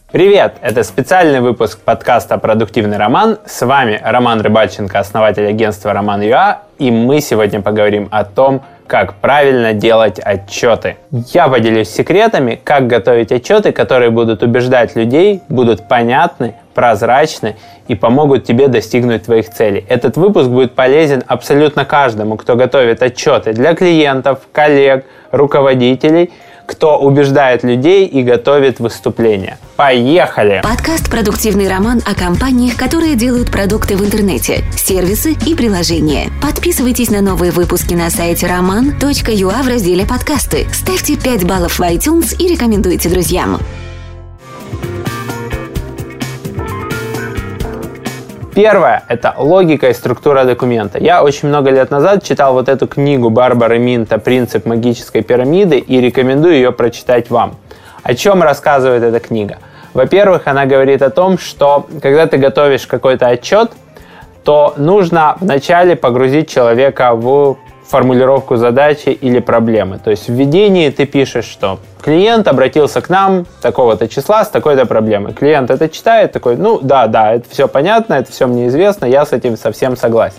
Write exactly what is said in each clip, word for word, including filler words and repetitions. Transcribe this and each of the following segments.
Привет! Это специальный выпуск подкаста «Продуктивный роман». С вами Роман Рыбальченко, основатель агентства Роман точка ю а, и мы сегодня поговорим о том, как правильно делать отчеты. Я поделюсь секретами, как готовить отчеты, которые будут убеждать людей, будут понятны, прозрачны и помогут тебе достигнуть твоих целей. Этот выпуск будет полезен абсолютно каждому, кто готовит отчеты для клиентов, коллег, руководителей, кто убеждает людей и готовит выступления. Поехали! Подкаст «Продуктивный роман» о компаниях, которые делают продукты в интернете, сервисы и приложения. Подписывайтесь на новые выпуски на сайте роман точка ю а в разделе «Подкасты». Ставьте пять баллов в iTunes и рекомендуйте друзьям. Первое – это логика и структура документа. Я очень много лет назад читал вот эту книгу Барбары Минта «Принцип магической пирамиды» и рекомендую ее прочитать вам. О чем рассказывает эта книга? Во-первых, она говорит о том, что когда ты готовишь какой-то отчет, то нужно вначале погрузить человека в формулировку задачи или проблемы. То есть в введении ты пишешь, что клиент обратился к нам такого-то числа с такой-то проблемой. Клиент это читает, такой, ну да, да, это все понятно, это все мне известно, я с этим совсем согласен.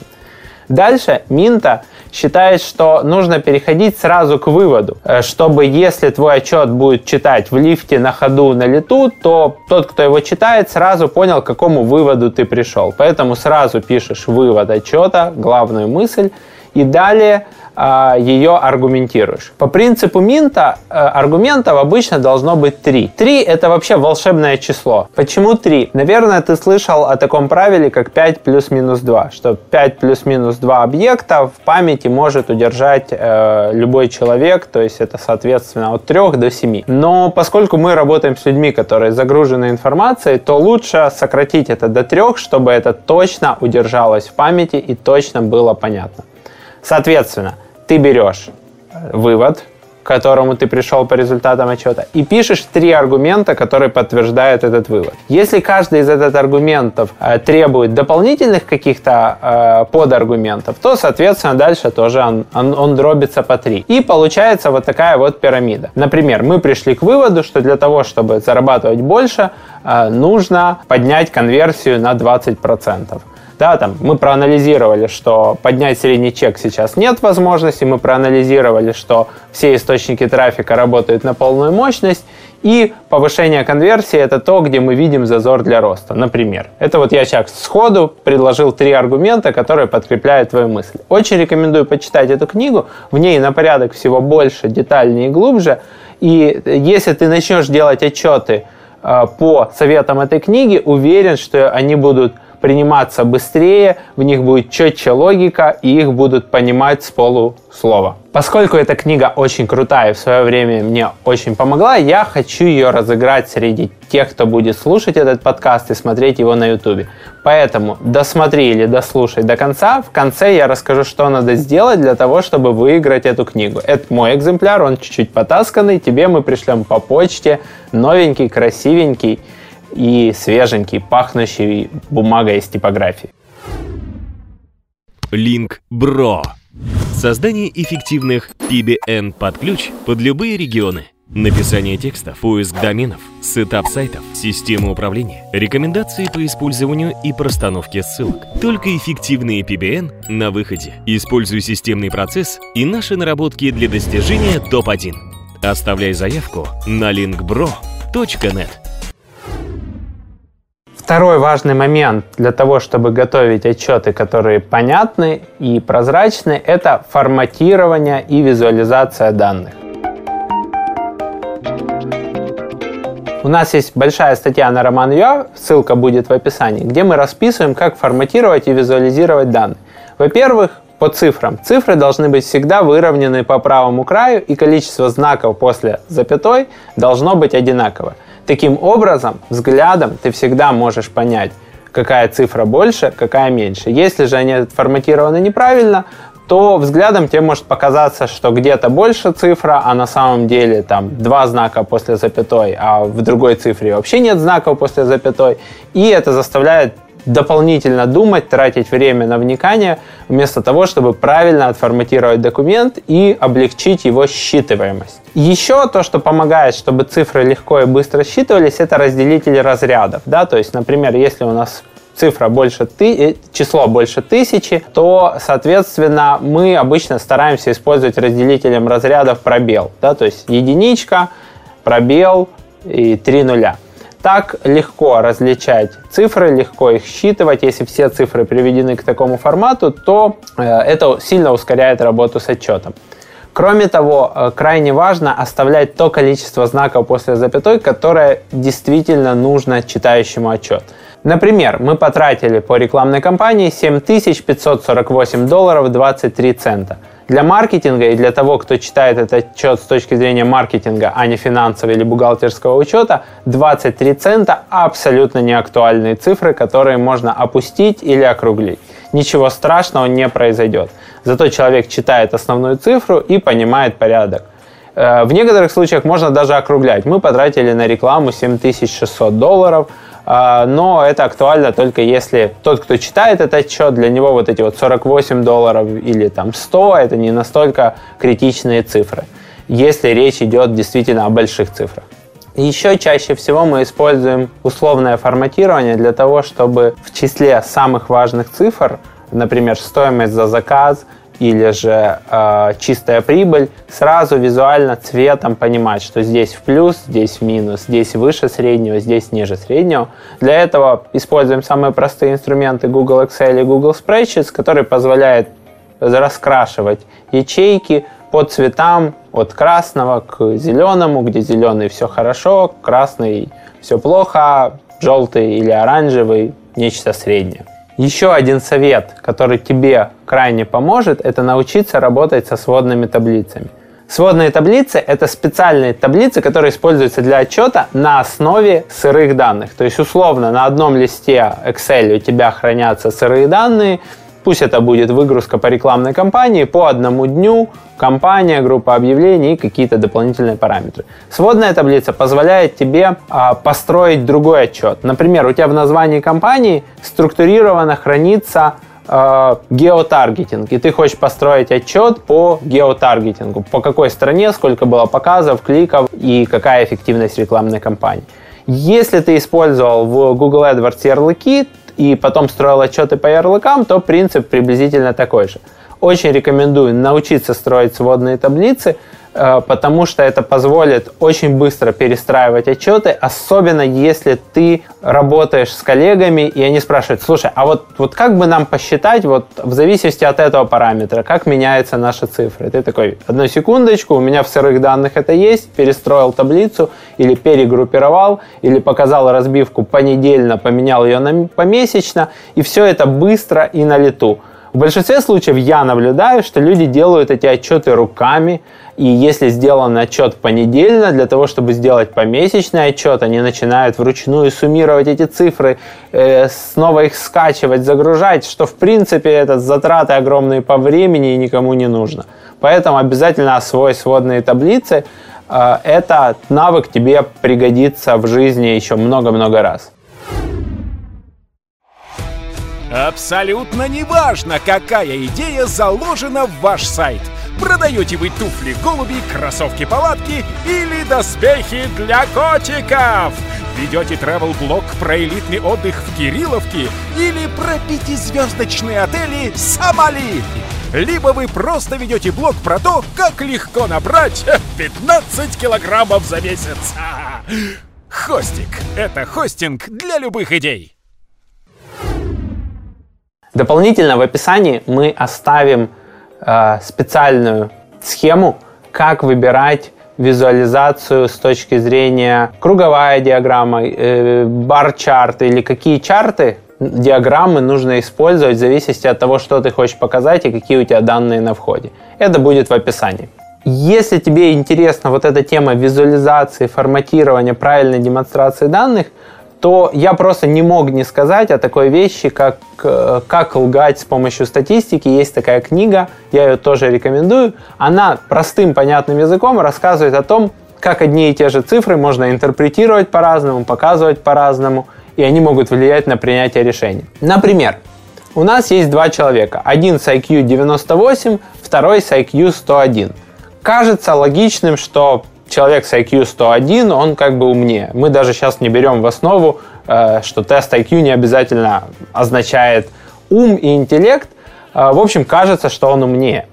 Дальше Минта считает, что нужно переходить сразу к выводу, чтобы если твой отчет будет читать в лифте, на ходу, на лету, то тот, кто его читает, сразу понял, к какому выводу ты пришел. Поэтому сразу пишешь вывод отчета, главную мысль, и далее э, ее аргументируешь. По принципу Минта э, аргументов обычно должно быть три. Три – это вообще волшебное число. Почему три? Наверное, ты слышал о таком правиле, как пять плюс-минус два, что пять плюс-минус два объекта в памяти может удержать э, любой человек, то есть это, соответственно, от трёх до семи. Но поскольку мы работаем с людьми, которые загружены информацией, то лучше сократить это до трех, чтобы это точно удержалось в памяти и точно было понятно. Соответственно, ты берешь вывод, к которому ты пришел по результатам отчета, и пишешь три аргумента, которые подтверждают этот вывод. Если каждый из этих аргументов э, требует дополнительных каких-то э, подаргументов, то, соответственно, дальше тоже он, он, он дробится по три. И получается вот такая вот пирамида. Например, мы пришли к выводу, что для того, чтобы зарабатывать больше, э, нужно поднять конверсию на двадцать процентов. Да, там, мы проанализировали, что поднять средний чек сейчас нет возможности, мы проанализировали, что все источники трафика работают на полную мощность, и повышение конверсии – это то, где мы видим зазор для роста, например. Это вот я сейчас сходу предложил три аргумента, которые подкрепляют твою мысль. Очень рекомендую почитать эту книгу, в ней на порядок всего больше, детальнее и глубже, и если ты начнешь делать отчеты э, по советам этой книги, уверен, что они будут приниматься быстрее, в них будет четче логика, и их будут понимать с полуслова. Поскольку эта книга очень крутая и в свое время мне очень помогла, я хочу ее разыграть среди тех, кто будет слушать этот подкаст и смотреть его на ютубе. Поэтому досмотри или дослушай до конца. В конце я расскажу, что надо сделать для того, чтобы выиграть эту книгу. Это мой экземпляр, он чуть-чуть потасканный. Тебе мы пришлем по почте новенький, красивенький и свеженький, пахнущий бумагой из типографии. Линк.Бро. Создание эффективных пи би эн под ключ под любые регионы. Написание текстов, поиск доменов, сетап сайтов, система управления, рекомендации по использованию и простановке ссылок. Только эффективные пи би эн на выходе. Используй системный процесс и наши наработки для достижения топ один. Оставляй заявку на линк бро точка нет. Второй важный момент для того, чтобы готовить отчеты, которые понятны и прозрачны, это форматирование и визуализация данных. У нас есть большая статья на роман точка ю а, ссылка будет в описании, где мы расписываем, как форматировать и визуализировать данные. Во-первых, по цифрам. Цифры должны быть всегда выровнены по правому краю, и количество знаков после запятой должно быть одинаково. Таким образом, взглядом ты всегда можешь понять, какая цифра больше, какая меньше. Если же они форматированы неправильно, то взглядом тебе может показаться, что где-то больше цифра, а на самом деле там два знака после запятой, а в другой цифре вообще нет знаков после запятой. И это заставляет дополнительно думать, тратить время на вникание, вместо того, чтобы правильно отформатировать документ и облегчить его считываемость. Еще то, что помогает, чтобы цифры легко и быстро считывались, это разделители разрядов. Да? То есть, например, если у нас цифра больше ты, число больше тысячи, то, соответственно, мы обычно стараемся использовать разделителем разрядов пробел. Да? То есть единичка, пробел и три нуля. Так легко различать цифры, легко их считывать. Если все цифры приведены к такому формату, то это сильно ускоряет работу с отчетом. Кроме того, крайне важно оставлять то количество знаков после запятой, которое действительно нужно читающему отчет. Например, мы потратили по рекламной кампании семь тысяч пятьсот сорок восемь долларов двадцать три цента. Для маркетинга и для того, кто читает этот отчет с точки зрения маркетинга, а не финансового или бухгалтерского учета, двадцать три цента абсолютно неактуальные цифры, которые можно опустить или округлить. Ничего страшного не произойдет. Зато человек читает основную цифру и понимает порядок. В некоторых случаях можно даже округлять. Мы потратили на рекламу семь тысяч шестьсот долларов, но это актуально только если тот, кто читает этот отчет, для него вот эти вот сорок восемь долларов или там сто, это не настолько критичные цифры, если речь идет действительно о больших цифрах. Еще чаще всего мы используем условное форматирование для того, чтобы в числе самых важных цифр, например, стоимость за заказ или же э, чистая прибыль, сразу визуально цветом понимать, что здесь в плюс, здесь в минус, здесь выше среднего, здесь ниже среднего. Для этого используем самые простые инструменты Google Excel и Google Spreadsheets, которые позволяют раскрашивать ячейки по цветам от красного к зеленому, где зеленый все хорошо, красный все плохо, желтый или оранжевый нечто среднее. Еще один совет, который тебе крайне поможет, это научиться работать со сводными таблицами. Сводные таблицы – это специальные таблицы, которые используются для отчета на основе сырых данных. То есть, условно, на одном листе Excel у тебя хранятся сырые данные, пусть это будет выгрузка по рекламной кампании, по одному дню, компания, группа объявлений и какие-то дополнительные параметры. Сводная таблица позволяет тебе а, построить другой отчет. Например, у тебя в названии компании структурированно хранится а, геотаргетинг, и ты хочешь построить отчет по геотаргетингу, по какой стране, сколько было показов, кликов и какая эффективность рекламной кампании. Если ты использовал в Google AdWords ярлыки, и потом строил отчеты по ярлыкам, то принцип приблизительно такой же. Очень рекомендую научиться строить сводные таблицы, потому что это позволит очень быстро перестраивать отчеты, особенно если ты работаешь с коллегами, и они спрашивают: слушай, а вот, вот как бы нам посчитать, вот в зависимости от этого параметра, как меняются наши цифры? И ты такой: одну секундочку, у меня в сырых данных это есть, перестроил таблицу, или перегруппировал, или показал разбивку понедельно, поменял ее на помесячно, и все это быстро и на лету. В большинстве случаев я наблюдаю, что люди делают эти отчеты руками, и если сделан отчет понедельно, для того, чтобы сделать помесячный отчет, они начинают вручную суммировать эти цифры, э, снова их скачивать, загружать, что в принципе это затраты огромные по времени и никому не нужно. Поэтому обязательно освой сводные таблицы. Э, этот навык тебе пригодится в жизни еще много-много раз. Абсолютно неважно, какая идея заложена в ваш сайт. Продаете вы туфли голуби, кроссовки-палатки или доспехи для котиков? Ведете travel-блог про элитный отдых в Кирилловке или про пятизвездочные отели Сомали? Либо вы просто ведете блог про то, как легко набрать пятнадцать килограммов за месяц. Хостик – это хостинг для любых идей. Дополнительно в описании мы оставим э, специальную схему, как выбирать визуализацию с точки зрения круговая диаграмма, э, бар-чарт или какие чарты, диаграммы нужно использовать в зависимости от того, что ты хочешь показать и какие у тебя данные на входе. Это будет в описании. Если тебе интересна вот эта тема визуализации, форматирования, правильной демонстрации данных, то я просто не мог не сказать о такой вещи, как «Как лгать с помощью статистики». Есть такая книга, я ее тоже рекомендую. Она простым, понятным языком рассказывает о том, как одни и те же цифры можно интерпретировать по-разному, показывать по-разному. и они могут влиять на принятие решений. Например, у нас есть два человека. Один с ай кью девяносто восемь, второй с ай кью сто один. Кажется логичным, что человек с ай кью сто один, он как бы умнее. Мы даже сейчас не берем в основу, что тест ай кью не обязательно означает ум и интеллект. В общем, кажется, что он умнее.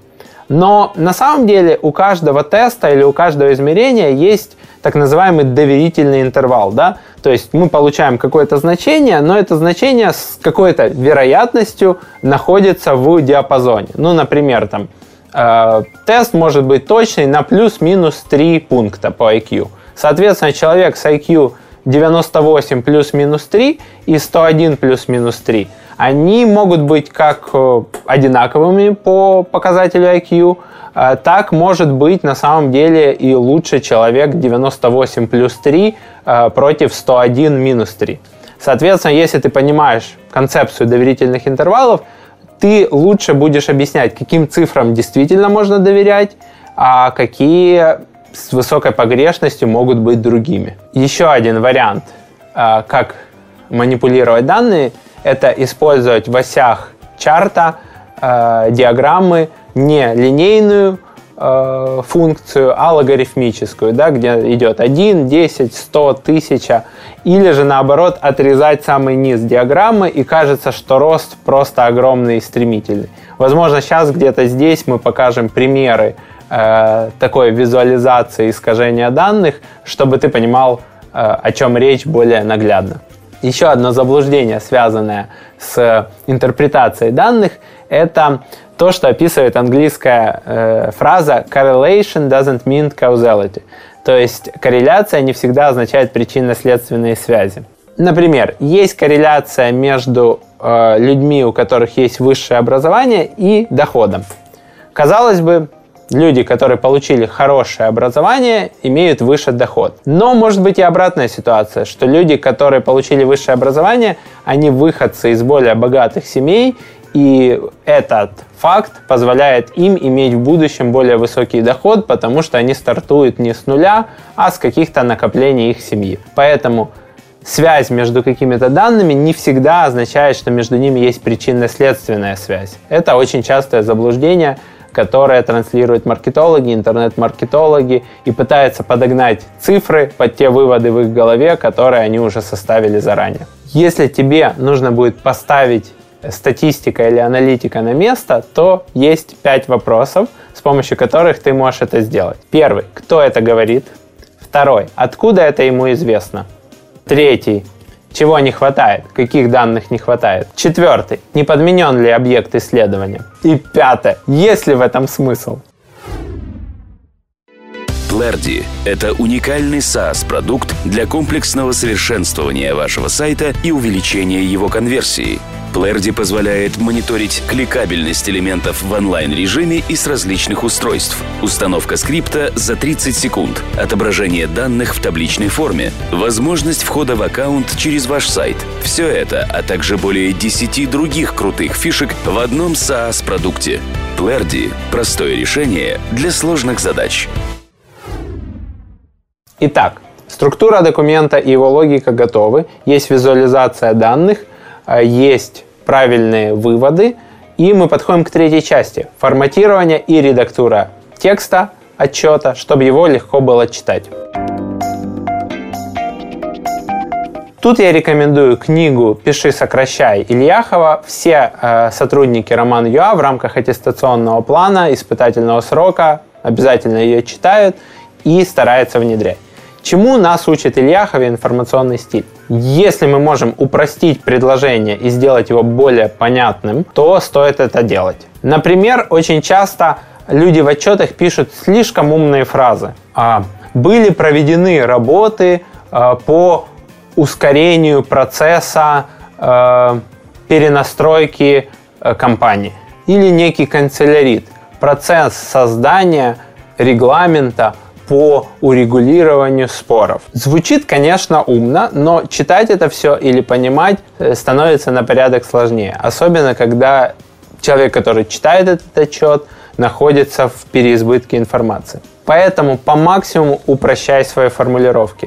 Но на самом деле у каждого теста или у каждого измерения есть так называемый доверительный интервал. Да? То есть мы получаем какое-то значение, но это значение с какой-то вероятностью находится в диапазоне. Ну, например, там, э, тест может быть точный на плюс-минус три пункта по ай кью. Соответственно, человек с ай кью девяносто восемь плюс-минус три и сто один плюс-минус три, они могут быть как одинаковыми по показателю ай кью, так может быть на самом деле и лучше человек девяносто восемь плюс три против сто один минус три. Соответственно, если ты понимаешь концепцию доверительных интервалов, ты лучше будешь объяснять, каким цифрам действительно можно доверять, а какие с высокой погрешностью могут быть другими. Еще один вариант, как манипулировать данные, это использовать в осях чарта э, диаграммы не линейную э, функцию, а логарифмическую, да, где идет один, десять, сто, тысяча, или же наоборот отрезать самый низ диаграммы, и кажется, что рост просто огромный и стремительный. Возможно, сейчас где-то здесь мы покажем примеры э, такой визуализации искажения данных, чтобы ты понимал, э, о чем речь более наглядно. Еще одно заблуждение, связанное с интерпретацией данных, это то, что описывает английская э, фраза «correlation doesn't mean causality». То есть корреляция не всегда означает причинно-следственные связи. Например, есть корреляция между э, людьми, у которых есть высшее образование, и доходом. Казалось бы, люди, которые получили хорошее образование, имеют выше доход. Но может быть и обратная ситуация, что люди, которые получили высшее образование, они выходцы из более богатых семей, и этот факт позволяет им иметь в будущем более высокий доход, потому что они стартуют не с нуля, а с каких-то накоплений их семьи. Поэтому связь между какими-то данными не всегда означает, что между ними есть причинно-следственная связь. Это очень частое заблуждение, которое транслируют маркетологи, интернет-маркетологи и пытаются подогнать цифры под те выводы в их голове, которые они уже составили заранее. Если тебе нужно будет поставить статистика или аналитика на место, то есть пять вопросов, с помощью которых ты можешь это сделать. Первый. Кто это говорит? Второй. Откуда это ему известно? Третий. Чего не хватает? Каких данных не хватает? Четвертый. Не подменен ли объект исследования? И пятое. Есть ли в этом смысл? Plerdy – это уникальный SaaS-продукт для комплексного совершенствования вашего сайта и увеличения его конверсии. Plerdy позволяет мониторить кликабельность элементов в онлайн-режиме и с различных устройств. Установка скрипта за тридцать секунд, отображение данных в табличной форме, возможность входа в аккаунт через ваш сайт. Все это, а также более десяти других крутых фишек в одном SaaS-продукте. Plerdy – простое решение для сложных задач. Итак, структура документа и его логика готовы. Есть визуализация данных, есть правильные выводы, и мы подходим к третьей части – форматирование и редактура текста отчета, чтобы его легко было читать. Тут я рекомендую книгу «Пиши, сокращай» Ильяхова. Все э, сотрудники Роман.ua в рамках аттестационного плана, испытательного срока обязательно ее читают и стараются внедрять. Чему нас учит Ильяхов и информационный стиль? Если мы можем упростить предложение и сделать его более понятным, то стоит это делать. Например, очень часто люди в отчетах пишут слишком умные фразы. Были проведены работы по ускорению процесса перенастройки компании. Или некий канцелярит. Процесс создания регламента по урегулированию споров. Звучит, конечно, умно, но читать это все или понимать становится на порядок сложнее. Особенно, когда человек, который читает этот отчет, находится в переизбытке информации. Поэтому по максимуму упрощай свои формулировки.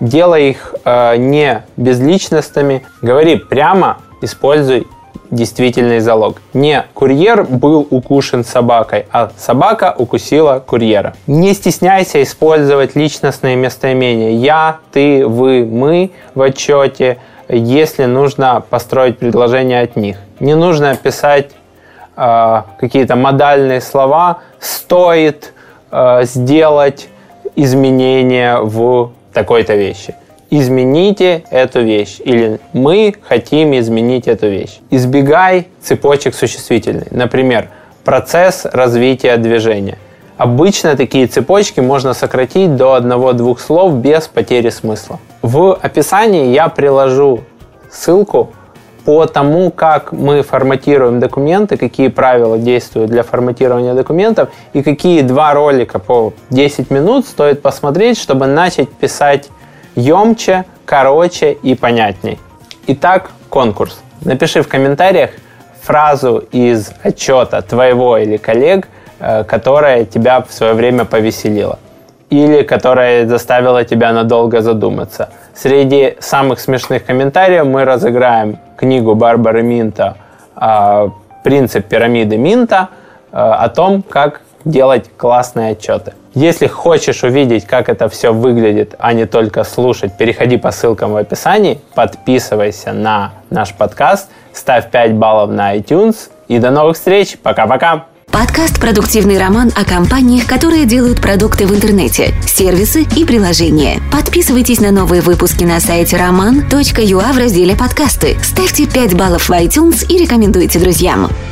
делай их э, не безличностными, говори прямо, используй действительный залог. Не курьер был укушен собакой, а собака укусила курьера. Не стесняйся использовать личностные местоимения «я», «ты», «вы», «мы» в отчете, если нужно построить предложение от них. Не нужно писать э, какие-то модальные слова «стоит э, сделать изменения в такой-то вещи». Измените эту вещь. Или мы хотим изменить эту вещь. Избегай цепочек существительных. Например, процесс развития движения. Обычно такие цепочки можно сократить до одного-двух слов без потери смысла. В описании я приложу ссылку по тому, как мы форматируем документы, какие правила действуют для форматирования документов и какие два ролика по десять минут стоит посмотреть, чтобы начать писать емче, короче и понятней. Итак, конкурс. Напиши в комментариях фразу из отчета твоего или коллег, которая тебя в свое время повеселила или которая заставила тебя надолго задуматься. Среди самых смешных комментариев мы разыграем книгу Барбары Минта «Принцип пирамиды Минта» о том, как делать классные отчеты. Если хочешь увидеть, как это все выглядит, а не только слушать, переходи по ссылкам в описании, подписывайся на наш подкаст, ставь пять баллов на iTunes и до новых встреч. Пока-пока! Подкаст «Продуктивный роман» о компаниях, которые делают продукты в интернете, сервисы и приложения. Подписывайтесь на новые выпуски на сайте роман точка ю а в разделе «Подкасты». Ставьте пять баллов в iTunes и рекомендуйте друзьям.